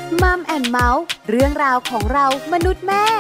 มัมแอนด์เมาส์เรื่องราวของเรามนุษย์แม่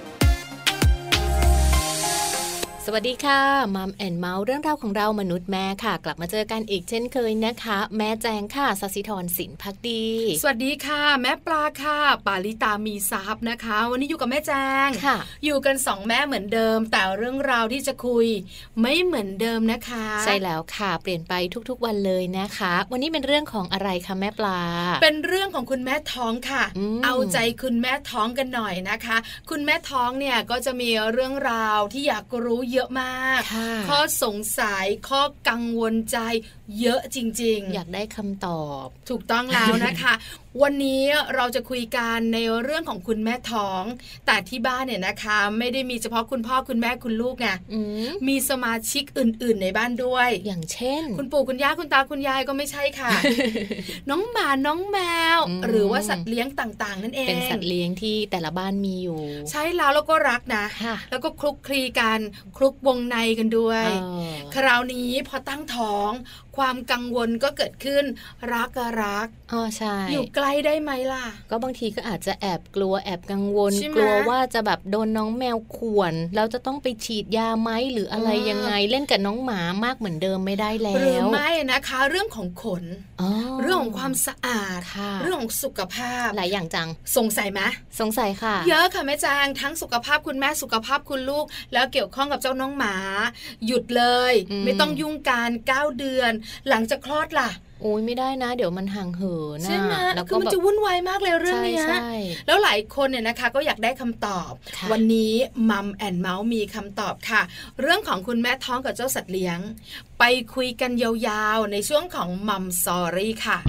สวัสดีค่ะมัมแอนด์เมาส์เรื่องราวของเรามนุษย์แม่ค่ะกลับมาเจอกันอีกเช่นเคยนะคะแม่แจงค่ะศศิธรสินภักดีสวัสดีค่ะแม่ปลาค่ะปาลิตามีซับนะคะวันนี้อยู่กับแม่แจงค่ะอยู่กันสองแม่เหมือนเดิมแต่เรื่องราวที่จะคุยไม่เหมือนเดิมนะคะใช่แล้วค่ะเปลี่ยนไปทุกๆวันเลยนะคะวันนี้เป็นเรื่องของอะไรคะแม่ปลาเป็นเรื่องของคุณแม่ท้องค่ะเอาใจคุณแม่ท้องกันหน่อยนะคะคุณแม่ท้องเนี่ยก็จะมีเรื่องราวที่อยากรู้เยอะมากข้อสงสัยข้อกังวลใจเยอะจริงๆอยากได้คำตอบถูกต้องแล้วนะคะ วันนี้เราจะคุยกันในเรื่องของคุณแม่ท้องแต่ที่บ้านเนี่ยนะคะไม่ได้มีเฉพาะคุณพ่อคุณแม่คุณลูกไงมีสมาชิกอื่นๆในบ้านด้วยอย่างเช่นคุณปู่คุณย่าคุณตาคุณยายก็ไม่ใช่ค่ะ น้องหมาน้องแมวหรือว่าสัตว์เลี้ยงต่างๆนั่นเองเป็นสัตว์เลี้ยงที่แต่ละบ้านมีอยู่ใช่แล้วก็รักนะแล้วก็คลุกคลีกันคลุกวงในกันด้วยคราวนี้พอตั้งท้องความกังวลก็เกิดขึ้นรักใช่อยู่ใกล้ได้ไหมล่ะก็บางทีก็อาจจะแอบกลัวแอบกังวลกลัวว่าจะแบบโดนน้องแมวข่วนแล้วจะต้องไปฉีดยาไหมหรืออะไรยังไงเล่นกับน้องหมามากเหมือนเดิมไม่ได้แล้วหรือไม่นะคะเรื่องของขนเรื่องของความสะอาดเรื่องของสุขภาพหลายอย่างจังสงสัยไหมสงสัยค่ะเยอะค่ะแม่จางทั้งสุขภาพคุณแม่สุขภาพคุณลูกแล้วเกี่ยวข้องกับเจ้าน้องหมาหยุดเลยไม่ต้องยุ่งกัน9 เดือนหลังจากคลอดล่ะโอ้ยไม่ได้นะเดี๋ยวมันห่างเหินใช่ไหมแล้วคือมันจะวุ่นวายมากเลยเรื่องนี้แล้วหลายคนเนี่ยนะคะก็อยากได้คำตอบวันนี้มัมแอนด์เมาส์มีคำตอบค่ะเรื่องของคุณแม่ท้องกับเจ้าสัตว์เลี้ยงไปคุยกันยาวๆในช่วงของมัมสตอรี่ค่ะ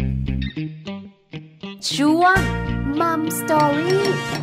ช่วงมัมสตอรี่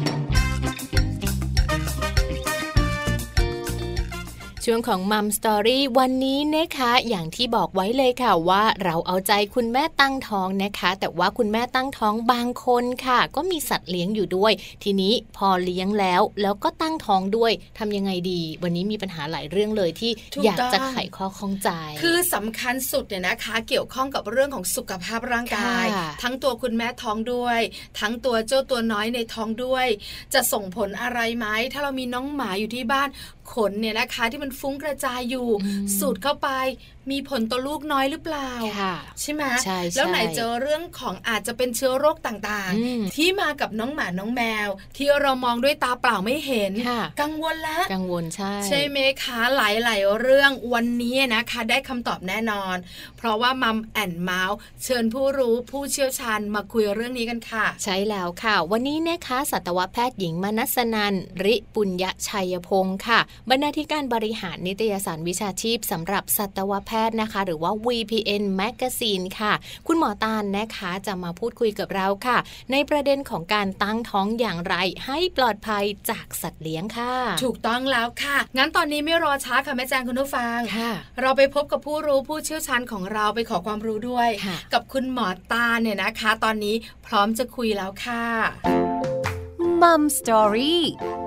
ช่วงของมัมสตอรี่วันนี้นะคะอย่างที่บอกไว้เลยค่ะว่าเราเอาใจคุณแม่ตั้งท้องนะคะแต่ว่าคุณแม่ตั้งท้องบางคนค่ะก็มีสัตว์เลี้ยงอยู่ด้วยทีนี้พอเลี้ยงแล้วก็ตั้งท้องด้วยทำยังไงดีวันนี้มีปัญหาหลายเรื่องเลยที่อยากจะไขข้อข้องใจคือสำคัญสุดเนี่ยนะคะเกี่ยวข้องกับเรื่องของสุขภาพร่างกายทั้งตัวคุณแม่ท้องด้วยทั้งตัวเจ้าตัวน้อยในท้องด้วยจะส่งผลอะไรไหมถ้าเรามีน้องหมาอยู่ที่บ้านขนเนี่ยนะคะที่มันฟุ้งกระจายอยู่สูดเข้าไปมีผลต่อลูกน้อยหรือเปล่าใช่ไหมแล้วไหนเจอเรื่องของอาจจะเป็นเชื้อโรคต่างๆที่มากับน้องหมาน้องแมวที่เรามองด้วยตาเปล่าไม่เห็นกังวลแล้วกังวลใช่ไหมคะหลายๆเรื่องวันนี้นะคะได้คำตอบแน่นอนเพราะว่ามัมแอนด์เมาส์เชิญผู้รู้ผู้เชี่ยวชาญมาคุยเรื่องนี้กันค่ะใช่แล้วค่ะวันนี้นะคะสัตวแพทย์หญิงมนัสนันท์ริปุญญชัยพงศ์ค่ะบรรณาธิการบริหารนิตยสารวิชาชีพสำหรับสัตวแพทย์นะคะหรือว่า VPN Magazine ค่ะคุณหมอตาลนะคะจะมาพูดคุยกับเราค่ะในประเด็นของการตั้งท้องอย่างไรให้ปลอดภัยจากสัตว์เลี้ยงค่ะถูกต้องแล้วค่ะงั้นตอนนี้ไม่รอช้าค่ะแม่แจงคุณผู้ฟังเราไปพบกับผู้รู้ผู้เชี่ยวชาญของเราไปขอความรู้ด้วยกับคุณหมอตาลเนี่ยนะคะตอนนี้พร้อมจะคุยแล้วค่ะมัมสตอรี่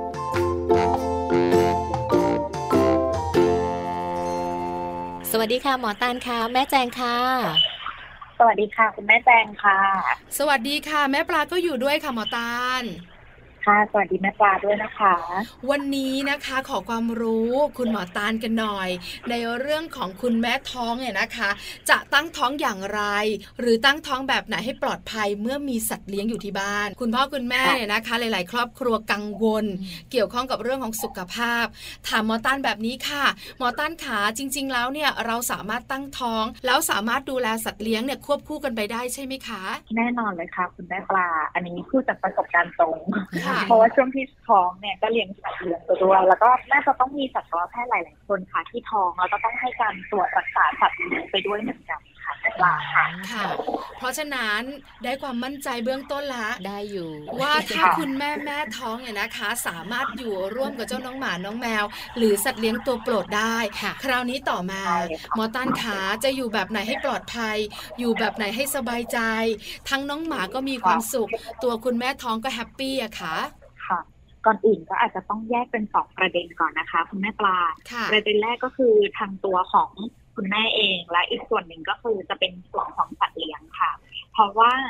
สวัสดีค่ะหมอตาลค่ะแม่แจงค่ะสวัสดีค่ะคุณแม่แจงค่ะสวัสดีค่ะแม่ปลาก็อยู่ด้วยค่ะหมอตาลค่ะสวัสดีแม่ปลาด้วยนะคะวันนี้นะคะขอความรู้คุณหมอตาลกันหน่อยในเรื่องของคุณแม่ท้องเนี่ยนะคะจะตั้งท้องอย่างไรหรือตั้งท้องแบบไหนให้ปลอดภัยเมื่อมีสัตว์เลี้ยงอยู่ที่บ้านคุณพ่อคุณแม่เนี่ยนะคะหลายๆครอบครัวกังวลเกี่ยวข้องกับเรื่องของสุขภาพถามหมอตาลแบบนี้ค่ะหมอตาลขาจริงๆแล้วเนี่ยเราสามารถตั้งท้องแล้วสามารถดูแลสัตว์เลี้ยงเนี่ยควบคู่กันไปได้ใช่ไหมคะแน่นอนเลยค่ะคุณแม่ปลาอันนี้พูดจากประสบการณ์ตรงเพราะว่าช่วงที่ท้องเนี่ยก็เลี้ยงสัตว์เลี้ยงตัวด้วยแล้วก็น่าจะต้องมีสัตวแพทย์หลายๆคนค่ะที่ท้องแล้วก็ต้องให้การตรวจรักษาสัตว์เลี้ยงไปด้วยเหมือนกันค่ะแม่ปลาค่ะเพราะฉะนั้นได้ความมั่นใจเบื้องต้นละได้อยู่ว่าถ้าคุณแม่ท้องเนี่ยนะคะสามารถอยู่ร่วมกับเจ้าน้องหมาน้องแมวหรือสัตว์เลี้ยงตัวโปรดได้คราวนี้ต่อมาหมอต้านขาจะอยู่แบบไหนให้ปลอดภัยอยู่แบบไหนให้สบายใจทั้งน้องหมาก็มีความสุขตัวคุณแม่ท้องก็แฮปปี้อะค่ะก่อนอื่นก็อาจจะต้องแยกเป็น2ประเด็นก่อนนะคะคุณแม่ปลาประเด็นแรกก็คือทางตัวของคุณแม่เองและอีกส่วนหนึ่งก็คือจะเป็นส่วนของสัตว์เลี้ยงค่ะเพราะว่า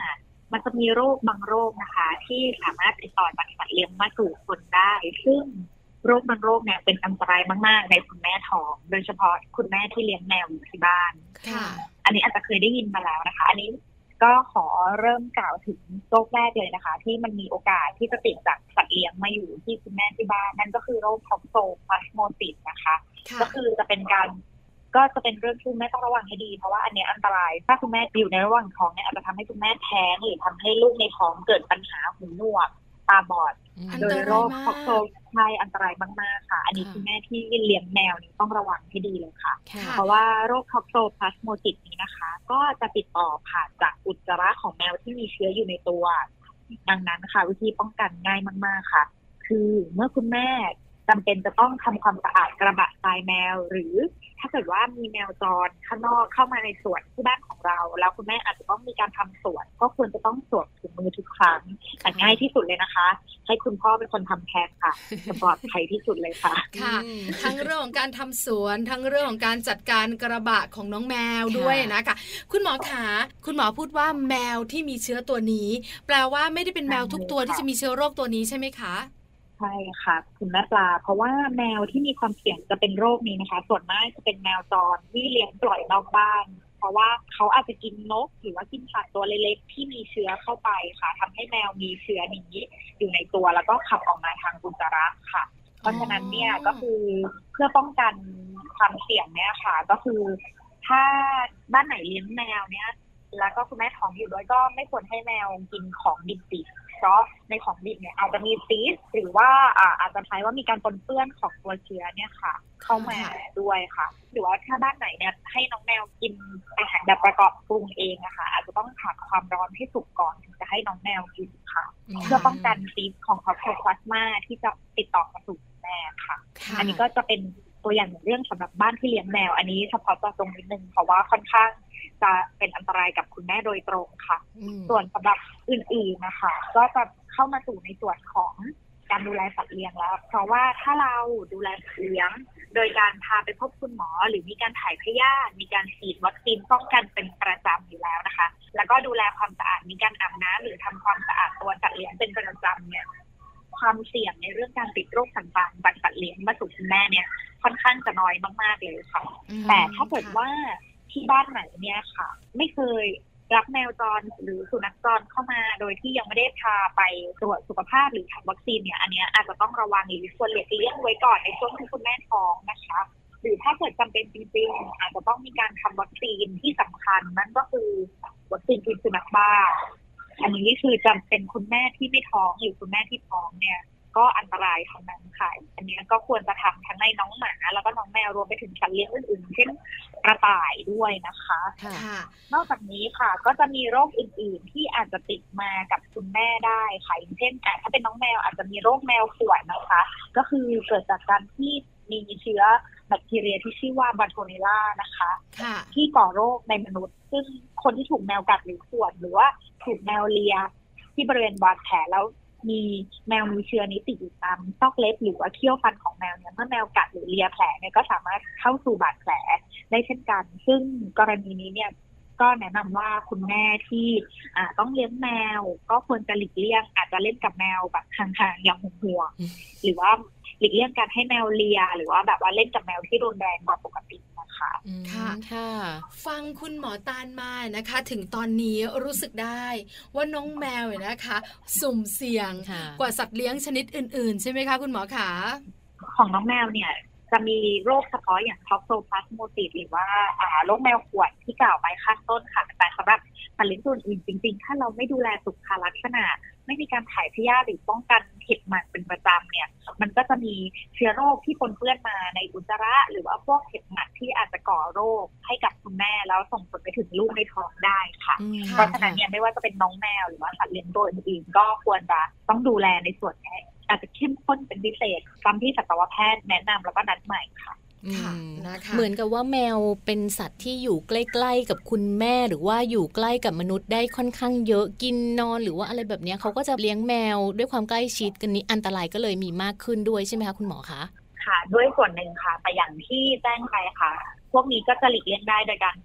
มันจะมีโรคบางโรคนะคะที่สามารถติดต่อจากสัตว์เลี้ยงมาสู่คนได้ซึ่งโรคบางโรคเนี่ยเป็นอันตรายมากๆในคุณแม่ท้องโดยเฉพาะคุณแม่ที่เลี้ยงแมวอยู่ที่บ้านอันนี้อาจจะเคยได้ยินมาแล้วนะคะอันนี้ก็ขอเริ่มกล่าวถึงโรคแรกเลยนะคะที่มันมีโอกาสที่จะติดจากสัตว์เลี้ยงมาอยู่ที่คุณแม่ที่บ้านนั่นก็คือโรคท็อกโซพลาสโมซิสนะคะก็คือจะเป็นเรื่องที่แม่ต้องระวังให้ดีเพราะว่าอันนี้อันตรายถ้าคุณแม่อยู่ในระหว่างท้องเนี่ยอาจจะทำให้คุณแม่แท้งหรือทำให้ลูกในท้องเกิดปัญหาหูหนวกตาบอดโดยโรคท็อกโซใช่อันตรายมากๆค่ะอันนี้คุณแม่ที่เลี้ยงแมวนี่ต้องระวังให้ดีเลยค่ะเพราะว่าโรคท็อกโซพลาสโมซิสนี้นะคะก็จะติดต่อผ่านจากอุจจาระของแมวที่มีเชื้ออยู่ในตัวดังนั้นค่ะวิธีป้องกันง่ายมากๆค่ะคือเมื่อคุณแม่จำเป็นจะต้องทำความสะอาดกระบะทรายแมวหรือถ้าเกิดว่ามีแมวจรข้างนอกเข้ามาในสวนที่บ้านของเราแล้วคุณแม่อาจจะต้องมีการทำสวนก็ควรจะต้องสวมถุงมือทุกครั้งแต่ง่ายที่สุดเลยนะคะให้คุณพ่อเป็นคนทำแทนค่ะจะปลอดภัยที่สุดเลยค่ะค่ะทั้งเรื่องของการทำสวนทั้งเรื่องของการจัดการกระบะของน้องแมวด้วยนะคะคุณหมอคะคุณหมอพูดว่าแมวที่มีเชื้อตัวนี้แปลว่าไม่ได้เป็นแมวทุกตัวที่จะมีเชื้อโรคตัวนี้ใช่ไหมคะใช่ค่ะคุณแม่ปลาเพราะว่าแมวที่มีความเสี่ยงจะเป็นโรคนี้นะคะส่วนมากจะเป็นแมวจรที่เลี้ยงปล่อยนอกบ้านเพราะว่าเขาอาจจะกินนกหรือว่ากินสัตว์ตัวเล็กๆที่มีเชื้อเข้าไปค่ะทำให้แมวมีเชื้อนี้อยู่ในตัวแล้วก็ขับออกมาทางอุจจาระค่ะเพราะฉะนั้นเนี่ยก็คือเพื่อป้องกันความเสี่ยงเนี่ยค่ะก็คือถ้าบ้านไหนเลี้ยงแมวเนี่ยแล้วก็คุณแม่ท้องอยู่ด้วยก็ไม่ควรให้แมวกินของดิบเพราะในของดิบเนี่ยอาจจะมีซีสหรือว่าอาจจะใช้ว่ามีการปนเปื้อนของตัวเชื้อเนี่ยค่ะเข้ามาด้วยค่ะหรือว่าถ้าบ้านไหนเนี่ยให้น้องแมวกินอาหารแบบประกอบปรุงเองนะคะอาจจะต้องผ่านความร้อนให้สุกก่อนถึงจะให้น้องแมวกินค่ะเพื่อป้องกันซีสของท็อกโซพลาสมาที่จะติดต่อมาสู่แม่ค่ะอันนี้ก็จะเป็นตัวอย่างเรื่องสำหรับบ้านที่เลี้ยงแมวอันนี้เฉพาะเจาะจงนิดนึงเพราะว่าค่อนข้างจะเป็นอันตรายกับคุณแม่โดยตรงค่ะส่วนสำหรับอื่นๆนะคะก็จะเข้ามาสู่ในส่วนของการดูแลสัตว์เลี้ยงแล้วเพราะว่าถ้าเราดูแลสัตว์เลี้ยงโดยการพาไปพบคุณหมอหรือมีการถ่ายพยาธิมีการฉีดวัคซีนป้องกันเป็นประจำอยู่แล้วนะคะแล้วก็ดูแลความสะอาดมีการอาบน้ำหรือทำความสะอาดตัวสัตว์เลี้ยงเป็นประจำเนี่ยความเสี่ยงในเรื่องการติดโรคต่างๆจากสัตว์เลี้ยงมาสู่คุณแม่เนี่ยค่อนข้างจะน้อยมากๆเลยค่ะแต่ถ้าเกิดว่าที่บ้านไหนเนี่ยค่ะไม่เคยรับแมวจรหรือสุนัขจรเข้ามาโดยที่ยังไม่ได้พาไปตรวจสุขภาพหรือทำวัคซีนเนี่ยอันนี้อาจจะต้องระวังหรือควรหลีกเลี่ยงไว้ก่อนในช่วงที่คุณแม่ท้องนะคะหรือถ้าเกิดจำเป็นจริงๆอาจจะต้องมีการทำวัคซีนที่สำคัญนั่นก็คือวัคซีนพิษสุนัขบ้าอันนี้คือจำเป็นคุณแม่ที่ไม่ท้องหรือคุณแม่ที่ท้องเนี่ยก็อันตรายทั้งนั้นค่ะอันนี้ก็ควรจะทำทั้งในน้องหมาแล้วก็น้องแมวรวมไปถึงสัตว์เลี้ยงอื่นๆเช่นกระต่ายด้วยนะคะนอกจากนี้ค่ะก็จะมีโรคอื่นๆที่อาจจะติดมากับคุณแม่ได้ค่ะอย่างเช่นถ้าเป็นน้องแมวอาจจะมีโรคแมวข่วนนะคะก็คือเกิดจากการที่มีเชื้อแบคทีเรียที่ชื่อว่าบาโทเนล่านะคะที่ก่อโรคในมนุษย์ซึ่งคนที่ถูกแมวกัดหรือข่วนหรือว่าถูกแมวเลียที่บริเวณบาดแผลแล้วมีแมวมีเชื้อนี้ติดอยู่ตามซอกเล็บหรือว่าเขี้ยวฟันของแมวเนี่ยเมื่อแมวกัดหรือเลียแผลเนี่ยก็สามารถเข้าสู่บาดแผลได้เช่นกันซึ่งกรณีนี้เนี่ยก็แนะนำว่าคุณแม่ที่ต้องเลี้ยงแมวก็ควรจะหลีกเลี่ยงอาจจะเล่นกับแมวแบบห่างๆอย่างห่วงๆหรือว่าหลีกเลี่ยงการให้แมวเลียหรือว่าแบบว่าเล่นกับแมวที่รุนแรงกว่าปกตินะคะค่ะฟังคุณหมอตาลมานะคะถึงตอนนี้รู้สึกได้ว่าน้องแมวเนี่ยนะคะสุ่มเสี่ยงกว่าสัตว์เลี้ยงชนิดอื่นๆใช่ไหมคะคุณหมอขาของน้องแมวเนี่ยจะมีโรคเฉพาะอย่างท็อกโซพลาสโมซิสหรือว่าโรคแมวข่วนที่กล่าวไปข้างต้นค่ะแต่สำหรับสัตว์เลี้ยงตัวอื่นจริงๆถ้าเราไม่ดูแลสุขลักษณะไม่มีการถ่ายพยาธิหรือป้องกันเห็บหมัดเป็นประจำเนี่ยมันก็จะมีเชื้อโรคที่ปนเปื้อนมาในอุจจาระหรือว่าพวกเห็บหมัดที่อาจจะก่อโรคให้กับคุณแม่แล้วส่งผลไปถึงลูกในท้องได้ค่ะเพราะฉะนั้นเนี่ยไม่ว่าจะเป็นน้องแมวหรือว่าสัตว์เลี้ยงตัวอื่นๆก็ควรจะต้องดูแลในส่วนนี้อาจจะเข้มข้นเป็นพิเศษตามที่สัตวแพทย์แนะนำแล้วก็นัดใหม่ค่ะเหมือนกับว่าแมวเป็นสัตว์ที่อยู่ใกล้ๆกับคุณแม่หรือว่าอยู่ใกล้กับมนุษย์ได้ค่อนข้างเยอะกินนอนหรือว่าอะไรแบบนี้เขาก็จะเลี้ยงแมวด้วยความใกล้ชิดกันนี้อันตรายก็เลยมีมากขึ้นด้วยใช่ไหมคะคุณหมอคะค่ะด้วยส่วนหนึ่งค่ะแต่อย่างที่แจ้งไปค่ะพวกนี้ก็จะหลีกเลี่ยงได้โดยการข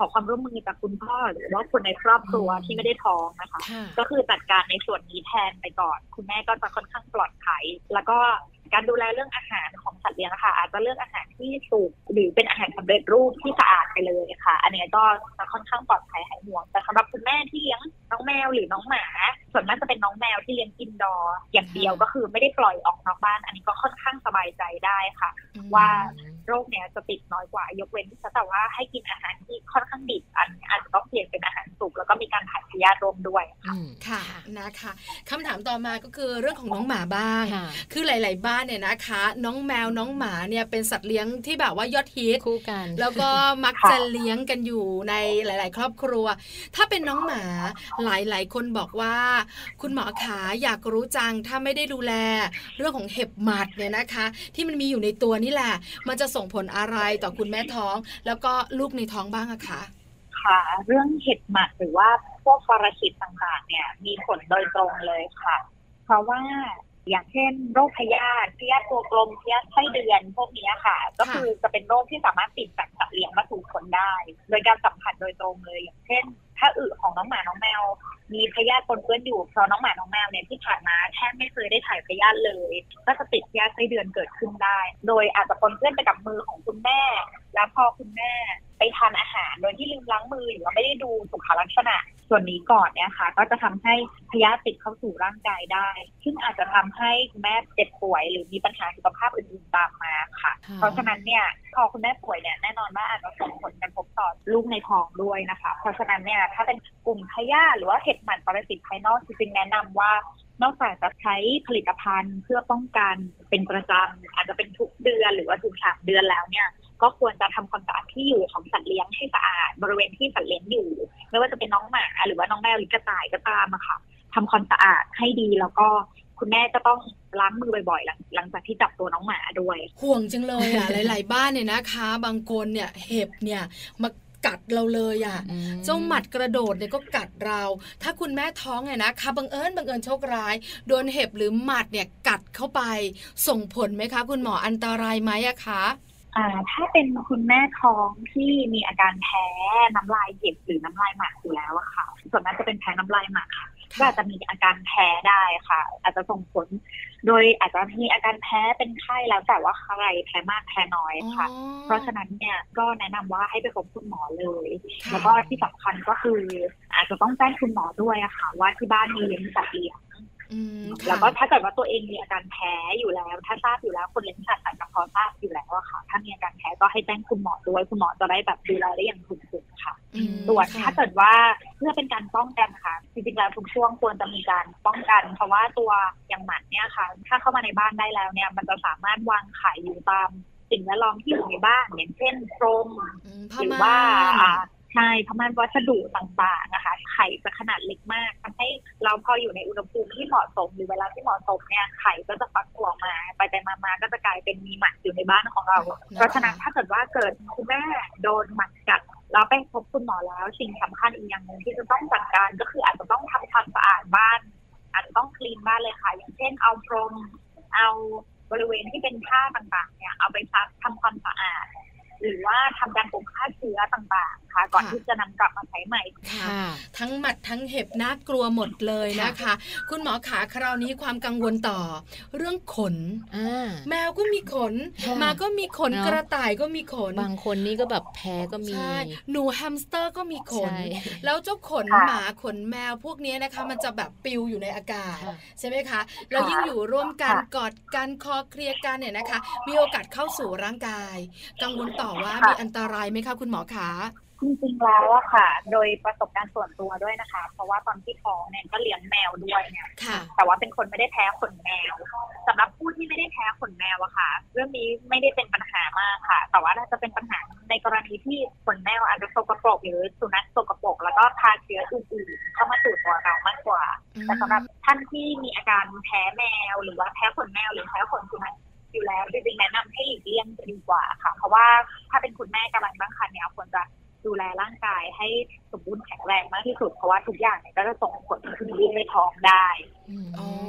อความร่วมมือจากคุณพ่อหรือว่าคนในครอบครัวที่ไม่ได้ท้องนะคะก็คือจัดการในส่วนนี้แทนไปก่อนคุณแม่ก็จะค่อนข้างปลอดภัยแล้วก็การดูแลเรื่องอาหารของสัตว์เลี้ยงค่ะอาจจะเลือกอาหารที่สุกหรือเป็นอาหารสำเร็จรูปที่สะอาดไปเลยค่ะอันนี้ก็จะค่อนข้างปลอดภัยหายห่วงแต่สำหรับคุณแม่ที่เลี้ยงน้องแมวหรือน้องหมาส่วนมากจะเป็นน้องแมวที่เลี้ยงอินดอร์อย่างเดียวก็คือไม่ได้ปล่อยออกนอกบ้านอันนี้ก็ค่อนข้างสบายใจได้ค่ะว่าโรคเนี้ยจะติดน้อยกว่ายกเว้นแต่ว่าให้กินอาหารที่ค่อนข้างดิบอาจจะต้องเปลี่ยนเป็นอาหารสุกแล้วก็มีการถ่ายพยาธิร่วมด้วยค่ะนะคะคำถามต่อมาก็คือเรื่องของน้องหมาบ้างคือหลายๆบ้านเนี่ยนะคะน้องแมวน้องหมาเนี่ยเป็นสัตว์เลี้ยงที่แบบว่ายอดฮิตคู่กันแล้วก็มักจะเลี้ยงกันอยู่ในหลายๆครอบครัวถ้าเป็นน้องหมาหลายๆคนบอกว่าคุณหมอขาอยากรู้จังถ้าไม่ได้ดูแลเรื่องของเห็บหมัดเนี่ยนะคะที่มันมีอยู่ในตัวนี่แหละมันจะส่งผลอะไรต่อคุณแม่ท้องแล้วก็ลูกในท้องบ้างอะคะค่ะเรื่องเห็บหมัดหรือว่าพวกปรสิตต่างๆเนี่ยมีผลโดยตรงเลยค่ะเพราะว่าอย่างเช่นโรคพยาธิตัวกลมพยาธิไส้เดือนพวกนี้ค่ะก็คือจะเป็นโรคที่สามารถติดจากสัตว์เลี้ยงมาสู่คนได้โดยการสัมผัสโดยตรงเลยอย่างเช่นถ้าอึของน้องหมาน้องแมวมีพยาธิปนเปื้อนอยู่เพราะน้องหมาน้องแมวเนี่ยที่ผ่านมาแทบไม่เคยได้ถ่ายพยาธิเลยก็จะติดพยาธิไส้เดือนเกิดขึ้นได้โดยอาจจะปนเปื้อนไปกับมือของคุณแม่แล้วพอคุณแม่ไปทานอาหารโดยที่ลืมล้างมือหรือว่าไม่ได้ดูสุขลักษณะส่วนนี้ก่อนเนี่ยค่ะก็จะทำให้พยาธิติดเข้าสู่ร่างกายได้ซึ่งอาจจะทำให้คุณแม่เจ็บป่วยหรือมีปัญหาสุขภาพอื่นๆตามมาค่ะเพราะฉะนั้นเนี่ยพอคุณแม่ป่วยเนี่ยแน่นอนว่าอาจจะส่งผลกระทบต่อลูกในท้องด้วยนะคะเพราะฉะนั้นเนี่ยถ้าเป็นกลุ่มพยาธิหรือว่าเห็บหมัดปรสิตภายนอกจริงๆแนะนำว่านอกจากจะใช้ผลิตภัณฑ์เพื่อป้องกันเป็นประจำอาจจะเป็นทุกเดือนหรือว่าทุก3 เดือนแล้วเนี่ยก็ควรจะทำความสะอาดที่อยู่ของสัตว์เลี้ยงให้สะอาดบริเวณที่สัตว์เลี้ยงอยู่ไม่ว่าจะเป็นน้องหมาหรือว่าน้องแมวหรือกระต่ายก็ตามอะค่ะทำความสะอาดให้ดีแล้วก็คุณแม่จะต้องล้างมือบ่อยๆหลังจากที่จับตัวน้องหมาด้วยห่วงจังเลยอะหลายๆบ้านเนี่ยนะคะบางคนเนี่ยเห็บเนี่ยมากัดเราเลยอ่ะเจ้าหมัดกระโดดเนี่ยก็กัดเราถ้าคุณแม่ท้องเนี่ยนะคะบังเอิญโชคร้ายโดนเห็บหรือหมัดเนี่ยกัดเข้าไปส่งผลไหมคะคุณหมออันตรายไหมอะคะถ้าเป็นคุณแม่ท้องที่มีอาการแพ้น้ำลายเห็บหรือน้ำลายหมักอยู่แล้วอะค่ะส่วนมากจะเป็นแพ้น้ำลายหมักค่ะก็อาจจะมีอาการแพ้ได้ค่ะอาจจะส่งผลโดยอาจจะมีอาการแพ้เป็นไข้แล้วแต่ว่าใครแพ้มากแพ้น้อยค่ะเพราะฉะนั้นเนี่ยก็แนะนำว่าให้ไปพบคุณหมอเลยแล้วก็ที่สำคัญก็คืออาจจะต้องแจ้งคุณหมอด้วยอะค่ะว่าที่บ้านมีเลี้ยงสัตว์เลี้ยงแล้วก็ถ้าเกิดว่าตัวเองมีอาการแพ้อยู่แล้วถ้าทราบอยู่แล้วคนเลี้ยงสัตว์อาจจะพอทราบอยู่แล้วอะค่ะถ้ามีอาการแพ้ก็ให้แจ้งคุณหมอด้วยคุณหมอจะได้แบบดูแลได้อย่างถูกจุดค่ะส่วนถ้าเกิดว่าเพื่อเป็นการป้องกันค่ะจริงๆแล้วทุกช่วงควรจะมีการป้องกันเพราะว่าตัวอย่างหมัดเนี่ยค่ะถ้าเข้ามาในบ้านได้แล้วเนี่ยมันจะสามารถวางไข่อยู่ตามสิ่งแวดล้อมที่อยู่ในบ้านอย่างเช่นพรมหรือว่าใช่พม่านวัสดุต่างๆนะคะไข่จะขนาดเล็กมากทำให้เราพออยู่ในอุณหภูมิที่เหมาะสมหรือเวลาที่เหมาะสมเนี่ยไข่ก็จะฟักตัวมาไปมาก็จะกลายเป็นมีหมัดอยู่ในบ้านของเราเพราะฉะนั้นถ้าเกิดว่าเกิดคุณแม่โดนหมัดกัดเราไปพบคุณหมอแล้วสิ่งสำคัญอีกอย่างนึงที่จะต้องจัดการก็คืออาจจะต้องทำความสะอาดบ้านอาจจะต้องคลีนบ้านเลยค่ะอย่างเช่นเอาพรมเอาบริเวณที่เป็นผ้าต่างๆเนี่ยเอาไปซักทำความสะอาดหรือว่าทำการปลูกฆ่าเชื้อต่างๆค่ะก่อนที่จะนำกลับมาใช้ใหม่ค่ะทั้งหมัดทั้งเห็บน่ากลัวหมดเลยนะคะคุณหมอขาคราวนี้ความกังวลต่อเรื่องขนแมวก็มีขนมาก็มีขนกระต่ายก็มีขนบางคนนี่ก็แบบแพ้ก็มีหนูแฮมสเตอร์ก็มีขนแล้วเจ้าขนหมาขนแมวพวกนี้นะคะมันจะแบบปิวอยู่ในอากาศใช่ไหมคะแล้วยิ่งอยู่ร่วมกันกอดกันคอเคลียร์กันเนี่ยนะคะมีโอกาสเข้าสู่ร่างกายกังวลต่อว่ามีอันตรายไหมคะคุณหมอคะจริงๆแล้วอะค่ะโดยประสบการณ์ส่วนตัวด้วยนะคะเพราะว่าตอนที่ท้องเนี่ยก็เลี้ยงแมวด้วยเนี่ยแต่ว่าเป็นคนไม่ได้แพ้ขนแมวสำหรับผู้ที่ไม่ได้แพ้ขนแมวอะค่ะเรื่องนี้ไม่ได้เป็นปัญหามากค่ะแต่ว่าน่าจะเป็นปัญหาในกรณีที่ขนแมวอาจจะสกปรกหรือสุนัขสกปรกแล้วก็พาเชื้ออื่นๆเข้ามาสู่ตัวเรามากกว่าแต่สำหรับท่านที่มีอาการแพ้แมวหรือว่าแพ้ขนแมวหรือแพ้ขนสุนัขอยู่แล้วจริงๆแนะนำให้หลีกเลี่ยงจะดีกว่าค่ะเพราะว่าถ้าเป็นคุณแม่กำลังตั้งครรภ์เนี่ยควรจะดูแลร่างกายให้สมบูรณ์แข็งแรงมากที่สุดเพราะว่าทุกอย่างเนี่ยก็จะส่งผลถึงลูกในท้องได้ค่ะ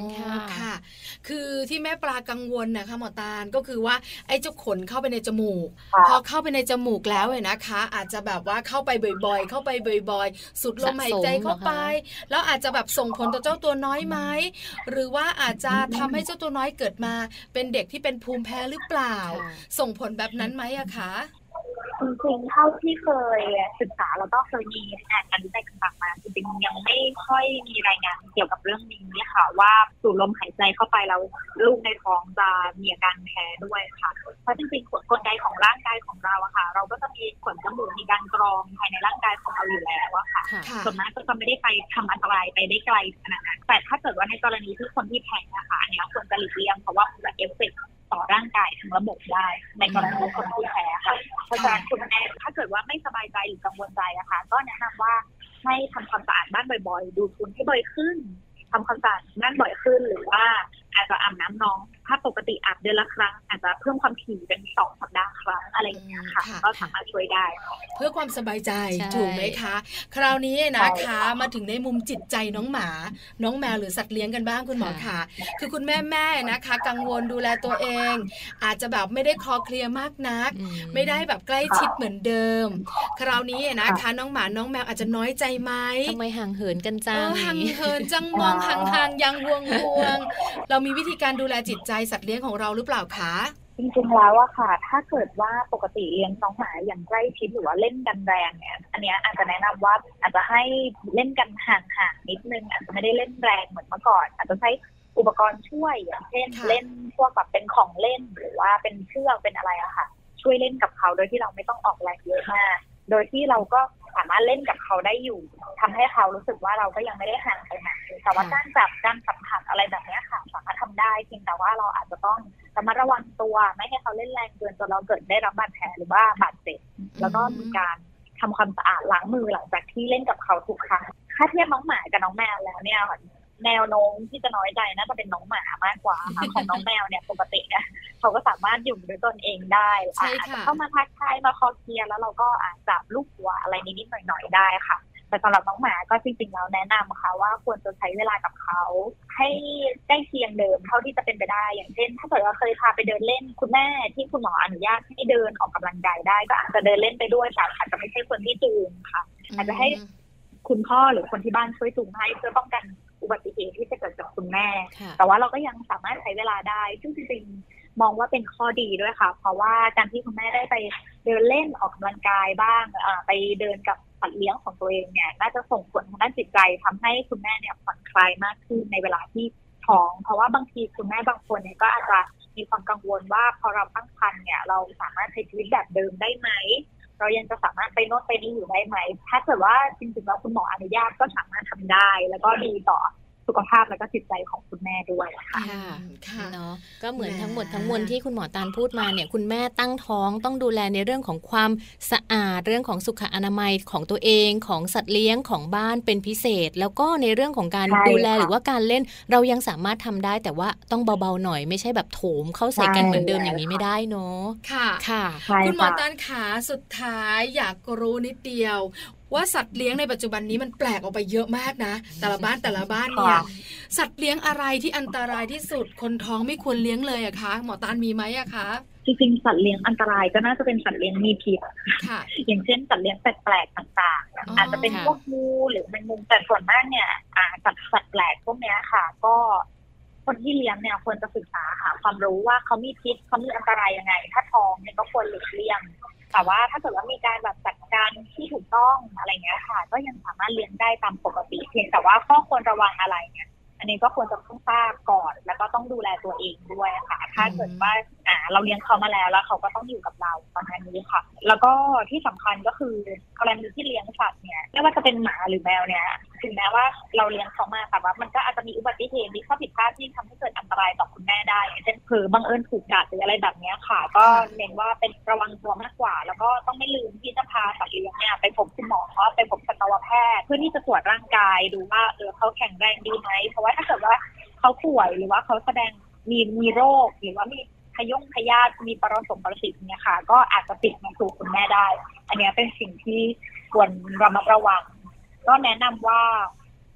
ค่ะคือที่แม่ปลากังวลนะคะหมอตาลก็คือว่าไอ้เจ้าขนเข้าไปในจมูกพอเข้าไปในจมูกแล้วเนี่ยนะคะอาจจะแบบว่าเข้าไปบ่อยๆเข้าไปบ่อยๆสูดลมหายใจเข้าไปแล้วอาจจะแบบส่งผลต่อเจ้าตัวน้อยไหมหรือว่าอาจจะทำให้เจ้าตัวน้อยเกิดมาเป็นเด็กที่เป็นภูมิแพ้หรือเปล่าส่งผลแบบนั้นไหมอะคะจริงๆเท่าที่เคยศึกษาแล้วก็เคยมีอ่านงานวิจัยต่างๆมาจริงๆยังไม่ค่อยมีรายงานเกี่ยวกับเรื่องนี้ค่ะว่าสูดลมหายใจเข้าไปแล้วลูกในท้องจะมีอาการแพ้ด้วยค่ะเพราะจริงๆกลไกของร่างกายของเราอะค่ะเราก็จะมีขนจมูกมีการกรองภายในร่างกายของเราอยู่แล้วอะค่ะส่วนมากก็จะไม่ได้ไปทำอันตรายไปได้ไกลขนาดนั้นแต่ถ้าเกิดว่าในกรณีที่คนที่แพ้นะคะอันนี้ควรจะหลีกเลี่ยงเพราะว่ามันจะเอฟเฟกต์ต่อร่างกายทั้งระบบได้ในกรณีคนที่แพ้ค่ะเพราะฉะนั้นคุณแม่ถ้าเกิดว่าไม่สบายใจหรือกังวลใจนะคะก็แนะนำว่าให้ทำความสะอาดบ้านบ่อยๆดูดฝุ่นให้บ่อยขึ้นทำความสะอาดบ้านบ่อยขึ้นหรือว่าอาจจะอาบน้ำน้องถ้าปกติอาบเดือนละครั้งอาจจะเพิ่มความถี่เป็น2 สัปดาห์ครั้งอะไรอย่างเงี้ยค่ะก็สามารถช่วยได้เพื่อความสบายใจถูกไหมคะคราวนี้นะคะมาถึงในมุมจิตใจน้องหมาน้องแมวหรือสัตว์เลี้ยงกันบ้างคุณหมอค่ะคือคุณแม่นะคะกังวลดูแลตัวเองอาจจะแบบไม่ได้คลอเคลียร์มากนักไม่ได้แบบใกล้ชิดเหมือนเดิมคราวนี้นะคะน้องหมาน้องแมวอาจจะน้อยใจไหมทำไมห่างเหินกันจังห่างเหินจังมองห่างๆยังห่วงเรามีวิธีการดูแลจิตใจสัตว์เลี้ยงของเราหรือเปล่าคะจริงๆแล้วอะค่ะถ้าเกิดว่าปกติเลี้ยงน้องหมาอย่างใกล้ชิดหรือว่าเล่นกันแรงเนี่ยอันนี้อาจจะแนะนำว่าอาจจะให้เล่นกันห่างๆนิดนึงอาจจะไม่ได้เล่นแรงเหมือนเมื่อก่อนอาจจะใช้อุปกรณ์ช่วยอย่างเช่นเล่นพวกแบบเป็นของเล่นหรือว่าเป็นเชือกเป็นอะไรอะค่ะช่วยเล่นกับเขาโดยที่เราไม่ต้องออกแรงเยอะมากโดยที่เราก็สามารถเล่นกับเขาได้อยู่ทำให้เขารู้สึกว่าเราก็ยังไม่ได้ห่างไปไหนแต่ว่าการจับการสัมผัสอะไรแบบนี้ค่ะสามารถทำได้เพียงแต่ว่าเราอาจจะต้องระมัดระวังตัวไม่ให้เขาเล่นแรงเกินจนเราเกิดได้รับบาดแผลหรือว่าบาดเจ็บแล้วก็มีการทำความสะอาดล้างมือหลังจากที่เล่นกับเขาทุกครั้งถ้าเทียบน้องหมากับน้องแมวแล้วเนี่ยแนวโน้มที่จะน้อยใจน่าจะเป็นน้องหมามากกว่าค่ะของน้องแมวเนี่ยปกติเนี่ยเขาก็สามารถอยู่ด้วยตนเองได้อาจจะเข้ามาทักทายมาคอเคลียร์แล้วเราก็อาจจะลูบหัวอะไรนิดๆหน่อยๆได้ค่ะแต่สำหรับน้องหมาก็จริงๆแล้วแนะนำค่ะว่าควรจะใช้เวลากับเขาให้ใกล้เคียงเดิมเท่าที่จะเป็นไปได้อย่างเช่นถ้าเกิดว่าเคยพาไปเดินเล่นคุณแม่ที่คุณหมออนุญาตให้เดินออกกำลังกายได้ก็อาจจะเดินเล่นไปด้วยแต่อาจจะไม่ใช่คนที่จูงค่ะอาจจะให้คุณพ่อหรือคนที่บ้านช่วยจูงให้เพื่อป้องกันอุบัติเหตุที่จะเกิดจากคุณแม่แต่ว่าเราก็ยังสามารถใช้เวลาได้ซึ่งจริงๆมองว่าเป็นข้อดีด้วยค่ะเพราะว่าการที่คุณแม่ได้ไปเดินเล่นออกกำลังกายบ้างไปเดินกับสัตว์เลี้ยงของตัวเองเนี่ยน่าจะส่งผลทางด้านจิตใจทำให้คุณแม่เนี่ยผ่อนคลายมากขึ้นในเวลาที่ท้องเพราะว่าบางทีคุณแม่บางคนเนี่ยก็อาจจะมีความกังวลว่าพอเราตั้งครรภ์เนี่ยเราสามารถใช้ชีวิตแบบเดิมได้ไหมเรายังจะสามารถไปโน่นไปนี่อยู่ได้ไหมถ้าเกิดว่าจริงๆแล้วคุณหมออนุญาตก็สามารถทำได้แล้วก็ดีต่อสุขภาพและก็จิตใจของคุณแม่ด้วยค่ะเนาะก็เหมือนทั้งหมดทั้งมวลที่คุณหมอตาลพูดมาเนี่ยคุณแม่ตั้งท้องต้องดูแลในเรื่องของความสะอาดเรื่องของสุขอนามัยของตัวเองของสัตว์เลี้ยงของบ้านเป็นพิเศษแล้วก็ในเรื่องของการดูแลหรือว่าการเล่นเรายังสามารถทำได้แต่ว่าต้องเบาๆหน่อยไม่ใช่แบบโถมเข้าใส่กันเหมือนเดิมอย่างนี้ไม่ได้เนาะค่ะคุณหมอตาลขาสุดท้ายอยากรู้นิดเดียวว่าสัตว์เลี้ยงในปัจจุบันนี้มันแปลกออกไปเยอะมากนะแต่ละบ้านเนี่ยสัตว์เลี้ยงอะไรที่อันตรายที่สุดคนท้องไม่ควรเลี้ยงเลยอะคะหมอตาลมีไหมอะคะจริงๆสัตว์เลี้ยงอันตรายก็น่าจะเป็นสัตว์เลี้ยงมีพิษค่ะอย่างเช่นสัตว์เลี้ยงแปลกๆต่างๆอาจจะเป็นพวกงูหรือแมงมุมแต่ส่วนมากเนี่ยสัตว์แปลกพวกนี้ค่ะก็คนที่เลี้ยงเนี่ยควรจะศึกษาหาความรู้ว่าเขามีพิษเขามีอันตรายยังไงถ้าท้องเนี่ยก็ควรหลีกเลี่ยงแต่ว่าถ้าเกิดว่ามีการแบบจัดการที่ถูกต้องอะไรเงี้ยค่ะก็ยังสามารถเลี้ยงได้ตามปกติเพียงแต่ว่าข้อควรระวังอะไรเนี่ยอันนี้ก็ควรจะต้องทราบก่อนแล้วก็ต้องดูแลตัวเองด้วยค่ะถ้าเกิดว่าเราเลี้ยงเขามาแล้วเขาก็ต้องอยู่กับเราประมาณนี้ค่ะแล้วก็ที่สำคัญก็คือกรณีที่เลี้ยงสัตว์เนี่ยไม่ว่าจะเป็นหมาหรือแมวเนี่ยถึงแม้ว่าเราเลี้ยงเขามาแต่ว่ามันก็อาจจะมีอุบัติเหตุมีข้อผิดพลาดที่ทำให้เกิดอันตรายต่อคุณแม่ได้เช่นบังเอิญถูกกัดหรืออะไรแบบนี้ค่ะก็เน้นว่าเป็นระวังตัวมากกว่าแล้วก็ต้องไม่ลืมที่จะพาสัตว์เลี้ยงเนี่ยไปพบคุณหมอไปพบสัตวแพทย์เพื่อที่จะตรวจร่างกายดูว่าเขาแข็งแรงดีไหมเพราะว่าถ้าเกิดว่าเขาป่วยหรือว่าเขาแสดงมีโรคหรือว่ามีพยาธิมีปรสิตเนี่ยค่ะก็อาจจะติดมาสู่คุณแม่ได้อันนี้เป็นสิ่งที่ควรระมัดระวังก็แนะนำว่า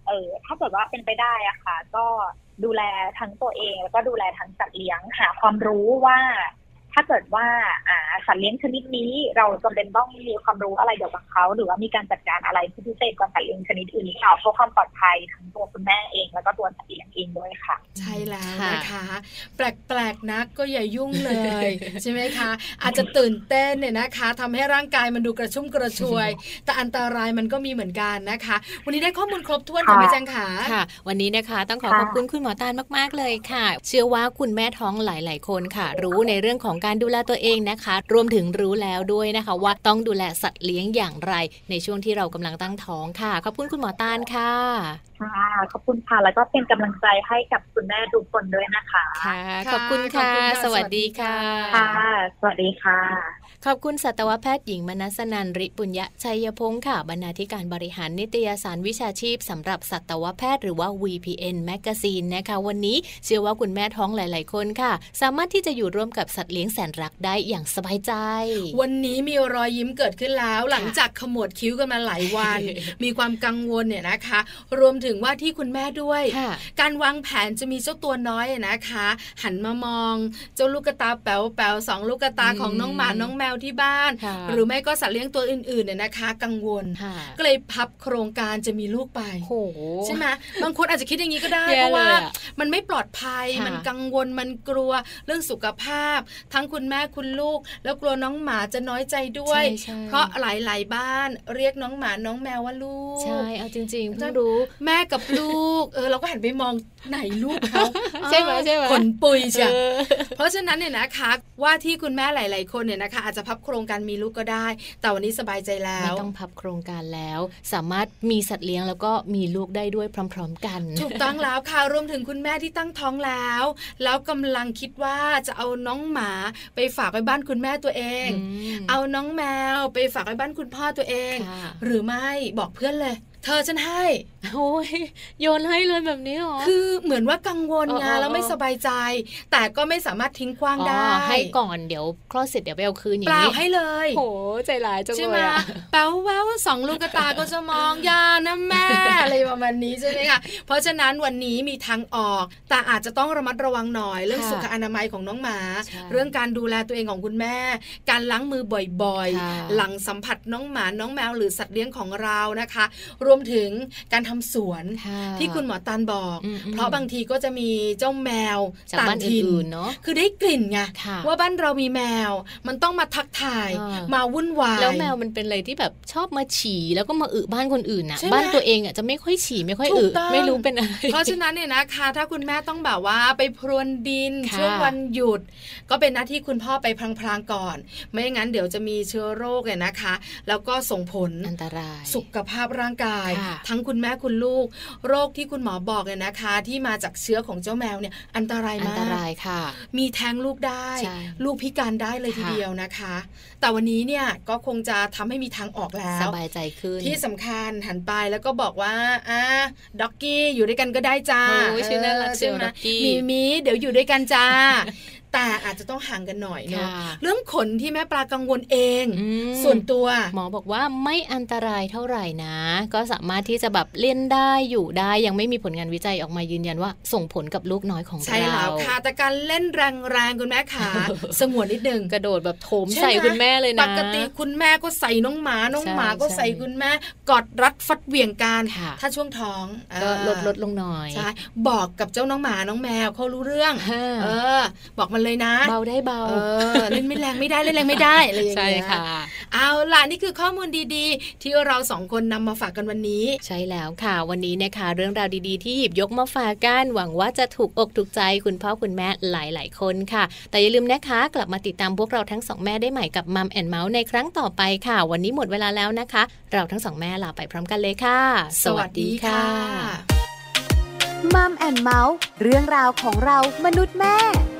ถ้าเกิดว่าเป็นไปได้อะค่ะก็ดูแลทั้งตัวเองแล้วก็ดูแลทั้งสัตว์เลี้ยงหาความรู้ว่าถ้าเกิดว่าสัตว์เลี้ยงชนิดนี้เราจำเป็นต้องมีความรู้อะไรเกี่ยวกับเขาหรือว่ามีการจัดการอะไรที่พิเศษกว่าสัตว์เลี้ยงชนิดอื่นหรือเปล่าเพื่อความปลอดภัยทั้งตัวคุณแม่เองแล้วก็ตัวสัตว์เลี้ยงเองด้วยค่ะใช่แล้วนะคะแปลกๆนักก็อย่ายุ่งเลย ใช่ไหมคะอาจจะตื่นเต้นเนี่ยนะคะทำให้ร่างกายมันดูกระชุ่มกระชวยแต่อันตรายมันก็มีเหมือนกันนะคะวันนี้ได้ข้อมูลครบถ้วนค่ะแม่แจงค่ะวันนี้นะคะต้องขอบคุณคุณหมอตาลมากๆเลยค่ะเชื่อว่าคุณแม่ท้องหลายๆคนค่ะรู้ในเรื่องของการดูแลตัวเองนะคะรวมถึงรู้แล้วด้วยนะคะว่าต้องดูแลสัตว์เลี้ยงอย่างไรในช่วงที่เรากำลังตั้งท้องค่ะขอบคุณคุณหมอตาลค่ะขอบคุณค่ะแล้วก็เป็นกำลังใจให้กับคุณแม่ทุกคนด้วยนะคะค่ะขอบคุณค่ะสวัสดีค่ะสวัสดีค่ะขอบคุณสัตวแพทย์หญิงมนัสนันท์ ริปุญญชัยพงศ์ค่ะบรรณาธิการบริหารนิตยสารวิชาชีพสำหรับสัตวแพทย์หรือว่า VPN Magazine นะคะวันนี้เชื่อว่าคุณแม่ท้องหลายๆคนค่ะสามารถที่จะอยู่ร่วมกับสัตว์เลี้ยงแสนรักได้อย่างสบายใจวันนี้มีรอยยิ้มเกิดขึ้นแล้วหลังจากขมวดคิ้วกันมาหลายวัน มีความกังวลเนี่ยนะคะรวมถึงว่าที่คุณแม่ด้วยการวางแผนจะมีเจ้าตัวน้อยนะคะหันมามองเจ้าลูกกระตาแป๋วๆ2ลูกกระตาของน้องหมาน้องแมวที่บ้านหรือไม่ก็สัตว์เลี้ยงตัวอื่นๆเนี่ยนะคะกังวลก็เลยพับโครงการจะมีลูกไปใช่ไหมบางคนอาจจะคิดอย่างนี้ก็ได้เพราะว่ามันไม่ปลอดภัยมันกังวลมันกลัวเรื่องสุขภาพทั้งคุณแม่คุณลูกแล้วกลัวน้องหมาจะน้อยใจด้วยเพราะหลายๆบ้านเรียกน้องหมาน้องแมวว่าลูกใช่เอาจริงๆเพิ่งรู้แม่กับลูกเราก็หันไปมองไหนลูกเขาใช่ไหมขนปุยเชียวเพราะฉะนั้นเนี่ยนะคะว่าที่คุณแม่หลายๆคนเนี่ยนะคะอาจจะพับโครงการมีลูกก็ได้แต่วันนี้สบายใจแล้วไม่ต้องพับโครงการแล้วสามารถมีสัตว์เลี้ยงแล้วก็มีลูกได้ด้วยพร้อมๆกันถูกต้องแล้วค่ะรวมถึงคุณแม่ที่ตั้งท้องแล้วกำลังคิดว่าจะเอาน้องหมาไปฝากไว้บ้านคุณแม่ตัวเองเอาน้องแมวไปฝากไว้บ้านคุณพ่อตัวเองหรือไม่บอกเพื่อนเลยเธอฉันให้โอ้ยโยนให้เลยแบบนี้หรอคือเหมือนว่ากังวลไงแล้วไม่สบายใจแต่ก็ไม่สามารถทิ้งขว้างได้ให้ก่อนเดี๋ยวคลอดเสร็จเดี๋ยวไปเอาคืนอย่างนี้เปล่าให้เลยโหใจร้ายจังเลยอ่ะแป๊วแวว2ลูกตาก็จะมองยานะแม่อะไรประมาณนี้ใช่ไหมคะเพราะฉะนั้นวันนี้มีทางออกแต่อาจจะต้องระมัดระวังหน่อยเรื่องสุขอนามัยของน้องหมาเรื่องการดูแลตัวเองของคุณแม่การล้างมือบ่อยๆหลังสัมผัสน้องหมาน้องแมวหรือสัตว์เลี้ยงของเรานะคะรวมถึงการทำสวนที่คุณหมอตาลบอกเพราะบางทีก็จะมีเจ้าแมวต่างถิ่นเนาะคือได้กลิ่นไงว่าบ้านเรามีแมวมันต้องมาทักทายมาวุ่นวายแล้วแมวมันเป็นอะไรที่แบบชอบมาฉี่แล้วก็มาอึบ้านคนอื่นนะบ้านตัวเองอ่ะจะไม่ค่อยฉี่ไม่ค่อยอึไม่รู้เป็นอะไรเพราะฉะนั้นเนี่ยนะคะถ้าคุณแม่ต้องแบบว่าไปพรวนดินช่วงวันหยุดก็เป็นหน้าที่คุณพ่อไปพลางๆก่อนไม่งั้นเดี๋ยวจะมีเชื้อโรคเนี่ยนะคะแล้วก็ส่งผลอันตรายสุขภาพร่างกายทั้งคุณแม่คุณลูกโรคที่คุณหมอบอกเนี่ยนะคะที่มาจากเชื้อของเจ้าแมวเนี่ยอันตรายมากอันตรายค่ะมีแท้งลูกได้ลูกพิการได้เลยทีเดียวนะคะแต่วันนี้เนี่ยก็คงจะทำให้มีทางออกแล้วสบายใจขึ้นที่สำคัญหันไปแล้วก็บอกว่าด็อกกี้อยู่ด้วยกันก็ได้จ้าชื่อน่ารักใช่ไหมมีเดี๋ยวอยู่ด้วยกันจ้าแต่อาจจะต้องห่างกันหน่อยเนาะเรื่องขนที่แม่ปลากังวลเองส่วนตัวหมอบอกว่าไม่อันตรายเท่าไหร่นะก็สามารถที่จะแบบเล่นได้อยู่ได้ยังไม่มีผลงานวิจัยออกมายืนยันว่าส่งผลกับลูกน้อยของเราใช่แล้วค่ะแต่การเล่นแรงๆคุณแม่ขาสงวนนิดนึงกระโดดแบบโถมใส่คุณแม่เลยนะปกติคุณแม่ก็ใส่น้องหมาก็ใส่คุณแม่กอดรัดฟัดเหวี่ยงกันถ้าช่วงท้องก็ลดลงหน่อยใช่บอกกับเจ้าน้องหมาน้องแมวเขารู้เรื่องบอกมันเลยนะเบาได้เบาเล่นไม่แรงไม่ได้เล่นแรงไม่ได้อะไรอย่างเงี้ยใช่ค่ะเอาล่ะนี่คือข้อมูลดีๆที่เราสองคนนำมาฝากกันวันนี้ใช่แล้วค่ะวันนี้นะคะเรื่องราวดีๆที่หยิบยกมาฝากกันหวังว่าจะถูกอกถูกใจคุณพ่อคุณแม่หลายๆคนค่ะแต่อย่าลืมนะคะกลับมาติดตามพวกเราทั้งสองแม่ได้ใหม่กับมัมแอนด์เมาส์ในครั้งต่อไปค่ะวันนี้หมดเวลาแล้วนะคะเราทั้งสองแม่ลาไปพร้อมกันเลยค่ะสวัสดีค่ะมัมแอนด์เมาส์เรื่องราวของเรามนุษย์แม่